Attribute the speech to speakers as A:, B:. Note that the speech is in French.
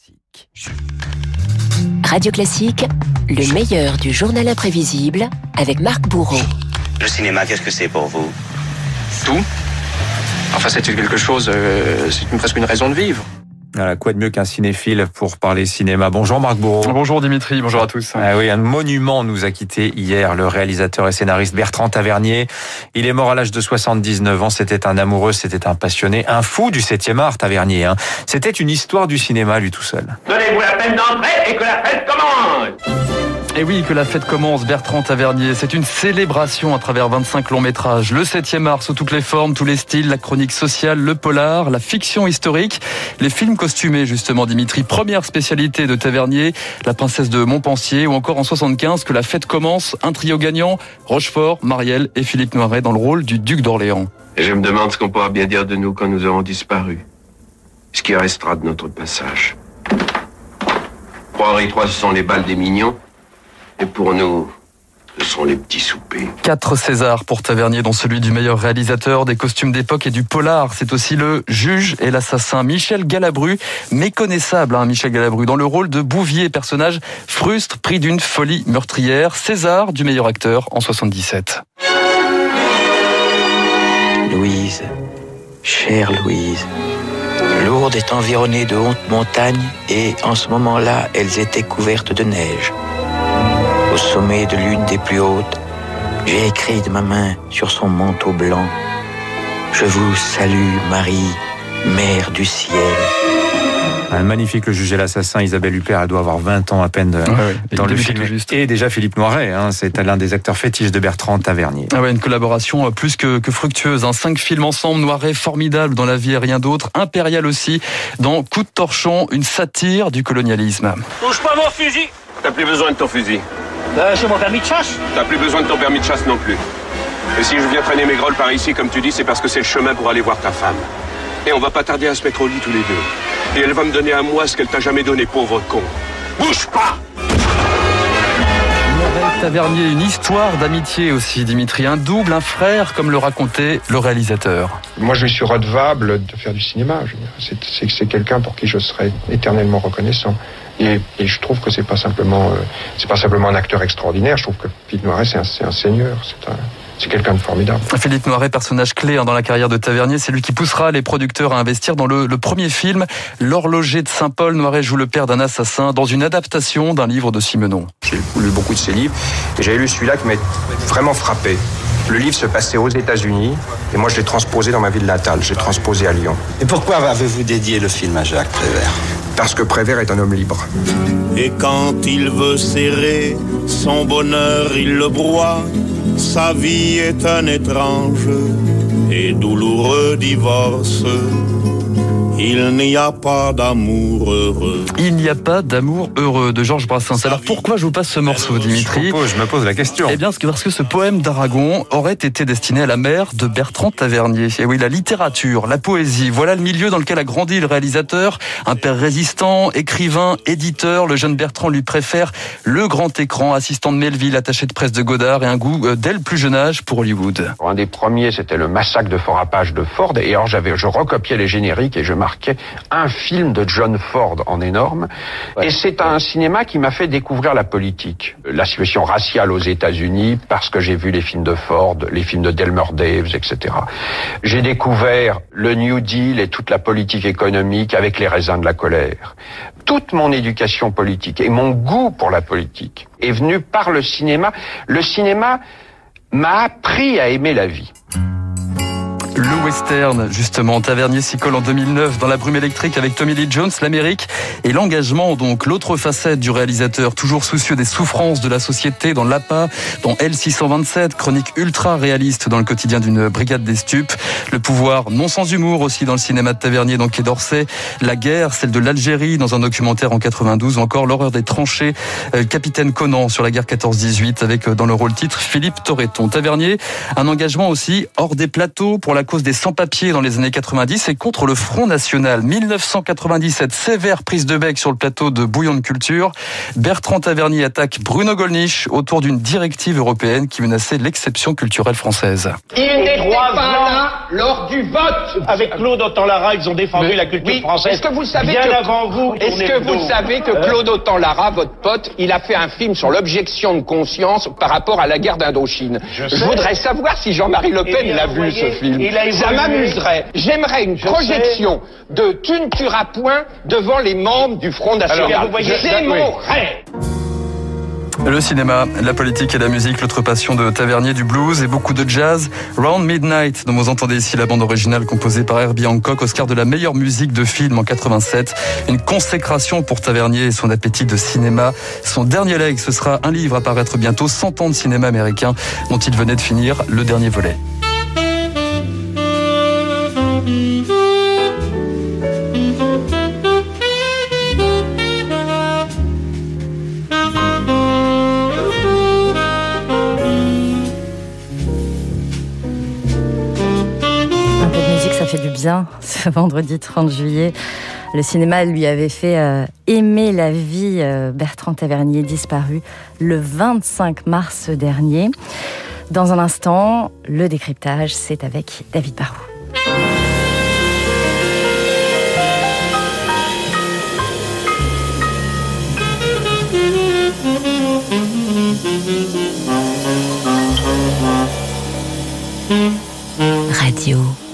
A: Classique.
B: Radio Classique, le meilleur du journal imprévisible avec Marc Bourreau.
C: Le cinéma, qu'est-ce que c'est pour vous?
D: Tout. Enfin, c'est quelque chose, c'est presque une raison de vivre.
A: Voilà, quoi de mieux qu'un cinéphile pour parler cinéma. Bonjour Marc Bourreau.
E: Bonjour Dimitri, bonjour à tous.
A: Ah oui, un monument nous a quitté hier, le réalisateur et scénariste Bertrand Tavernier. Il est mort à l'âge de 79 ans, c'était un amoureux, c'était un passionné, un fou du 7e art, Tavernier. C'était une histoire du cinéma, lui tout seul.
F: Donnez-vous la peine d'entrer et que la fête commence!
E: Et oui, que la fête commence, Bertrand Tavernier. C'est une célébration à travers 25 longs métrages. Le 7e art sous toutes les formes, tous les styles, la chronique sociale, le polar, la fiction historique, les films costumés, justement, Dimitri. Première spécialité de Tavernier, La princesse de Montpensier, ou encore en 75, Que la fête commence, un trio gagnant, Rochefort, Marielle et Philippe Noiret dans le rôle du duc d'Orléans.
G: Et je me demande ce qu'on pourra bien dire de nous quand nous aurons disparu. Ce qui restera de notre passage. Pour Henri III, ce sont les bals des mignons. Et pour nous, ce sont les petits soupers.
E: 4 Césars pour Tavernier, dont celui du meilleur réalisateur, des costumes d'époque et du polar. C'est aussi le juge et l'assassin. Michel Galabru, méconnaissable, Michel Galabru, dans le rôle de Bouvier, personnage frustre, pris d'une folie meurtrière. César du meilleur acteur en 77.
H: Louise, chère Louise, Lourdes est environnée de hautes montagnes et en ce moment-là, elles étaient couvertes de neige. Au sommet de l'une des plus hautes, j'ai écrit de ma main sur son manteau blanc: Je vous salue, Marie, mère du ciel.
A: Un magnifique, le juge et l'assassin. Isabelle Huppert, elle doit avoir 20 ans à peine dans le film. Et déjà Philippe Noiret, c'est l'un des acteurs fétiches de Bertrand Tavernier.
E: Ah ouais, une collaboration plus que fructueuse. 5 films ensemble, Noiret formidable dans La vie et rien d'autre, impérial aussi dans Coup de torchon, une satire du colonialisme.
F: Touche pas mon fusil!
G: T'as plus besoin de ton fusil.
F: J'ai mon permis de chasse.
G: T'as plus besoin de ton permis de chasse non plus. Et si je viens traîner mes grolles par ici, comme tu dis, c'est parce que c'est le chemin pour aller voir ta femme. Et on va pas tarder à se mettre au lit tous les deux. Et elle va me donner à moi ce qu'elle t'a jamais donné, pauvre con. Bouge pas!
E: Noiret, Tavernier, une histoire d'amitié aussi, Dimitri. Un double, un frère, comme le racontait le réalisateur.
I: Moi, je lui suis redevable de faire du cinéma. C'est quelqu'un pour qui je serai éternellement reconnaissant. Et je trouve que c'est pas simplement un acteur extraordinaire. Je trouve que Philippe Noiret, c'est un seigneur. C'est quelqu'un de formidable.
E: Philippe Noiret, personnage clé dans la carrière de Tavernier, c'est lui qui poussera les producteurs à investir dans le premier film, L'horloger de Saint-Paul. Noiret joue le père d'un assassin dans une adaptation d'un livre de Simenon.
D: J'ai lu beaucoup de ses livres et j'avais lu celui-là qui m'a vraiment frappé. Le livre se passait aux États-Unis et moi je l'ai transposé dans ma ville natale, je l'ai transposé à Lyon.
C: Et pourquoi avez-vous dédié le film à Jacques Prévert?
D: Parce que Prévert est un homme libre.
J: Et quand il veut serrer son bonheur, il le broie. Sa vie est un étrange et douloureux divorce. Il n'y a pas d'amour heureux.
E: Il n'y a pas d'amour heureux de Georges Brassens. Alors pourquoi je vous passe ce morceau, Dimitri?
A: Je me pose la question.
E: Eh bien, parce que ce poème d'Aragon aurait été destiné à la mère de Bertrand Tavernier. Et oui, la littérature, la poésie, voilà le milieu dans lequel a grandi le réalisateur. Un père résistant, écrivain, éditeur. Le jeune Bertrand lui préfère le grand écran, assistant de Melville, attaché de presse de Godard et un goût dès le plus jeune âge pour Hollywood.
I: Un des premiers, c'était le massacre de Fort Apache de Ford. Et alors, je recopiais les génériques et je marquais un film de John Ford en énorme. Et c'est un cinéma qui m'a fait découvrir la politique. La situation raciale aux États-Unis, parce que j'ai vu les films de Ford, les films de Delmer Daves, etc. J'ai découvert le New Deal et toute la politique économique avec les raisins de la colère. Toute mon éducation politique et mon goût pour la politique est venu par le cinéma. Le cinéma m'a appris à aimer la vie.
E: Le western, justement, Tavernier s'y colle en 2009 dans La brume électrique avec Tommy Lee Jones, l'Amérique et l'engagement, donc l'autre facette du réalisateur, toujours soucieux des souffrances de la société dans l'APA, dans L627, chronique ultra réaliste dans le quotidien d'une brigade des stupes, le pouvoir non sans humour aussi dans le cinéma de Tavernier, donc Quai d'Orsay, la guerre, celle de l'Algérie dans un documentaire en 92, ou encore l'horreur des tranchées, Capitaine Conan sur la guerre 14-18 avec dans le rôle titre Philippe Torreton. Tavernier, un engagement aussi hors des plateaux pour la cause des sans-papiers dans les années 90 et contre le Front National. 1997, sévère prise de bec sur le plateau de Bouillon de Culture. Bertrand Tavernier attaque Bruno Gollnisch autour d'une directive européenne qui menaçait l'exception culturelle française.
F: Il n'était pas là lors du vote. Avec Claude Autant-Lara, ils ont défendu la culture française.
K: Est-ce que vous savez
F: bien avant vous?
K: Est-ce que vous savez que Claude Autant-Lara, votre pote, il a fait un film sur l'objection de conscience par rapport à la guerre d'Indochine. Je voudrais savoir si Jean-Marie Le Pen l'a vu ce film. Ça m'amuserait. J'aimerais une projection de Tu ne tueras point devant les membres du Front National. C'est mon rêve.
E: Le cinéma, la politique et la musique, l'autre passion de Tavernier, du blues et beaucoup de jazz. Round Midnight, dont vous entendez ici la bande originale composée par Herbie Hancock, Oscar de la meilleure musique de film en 87. Une consécration pour Tavernier et son appétit de cinéma. Son dernier leg, ce sera un livre à paraître bientôt, 100 ans de cinéma américain, dont il venait de finir le dernier volet.
L: Ça fait du bien, ce vendredi 30 juillet. Le cinéma lui avait fait aimer la vie. Bertrand Tavernier disparu le 25 mars dernier. Dans un instant, le décryptage, c'est avec David Barrault.
B: Radio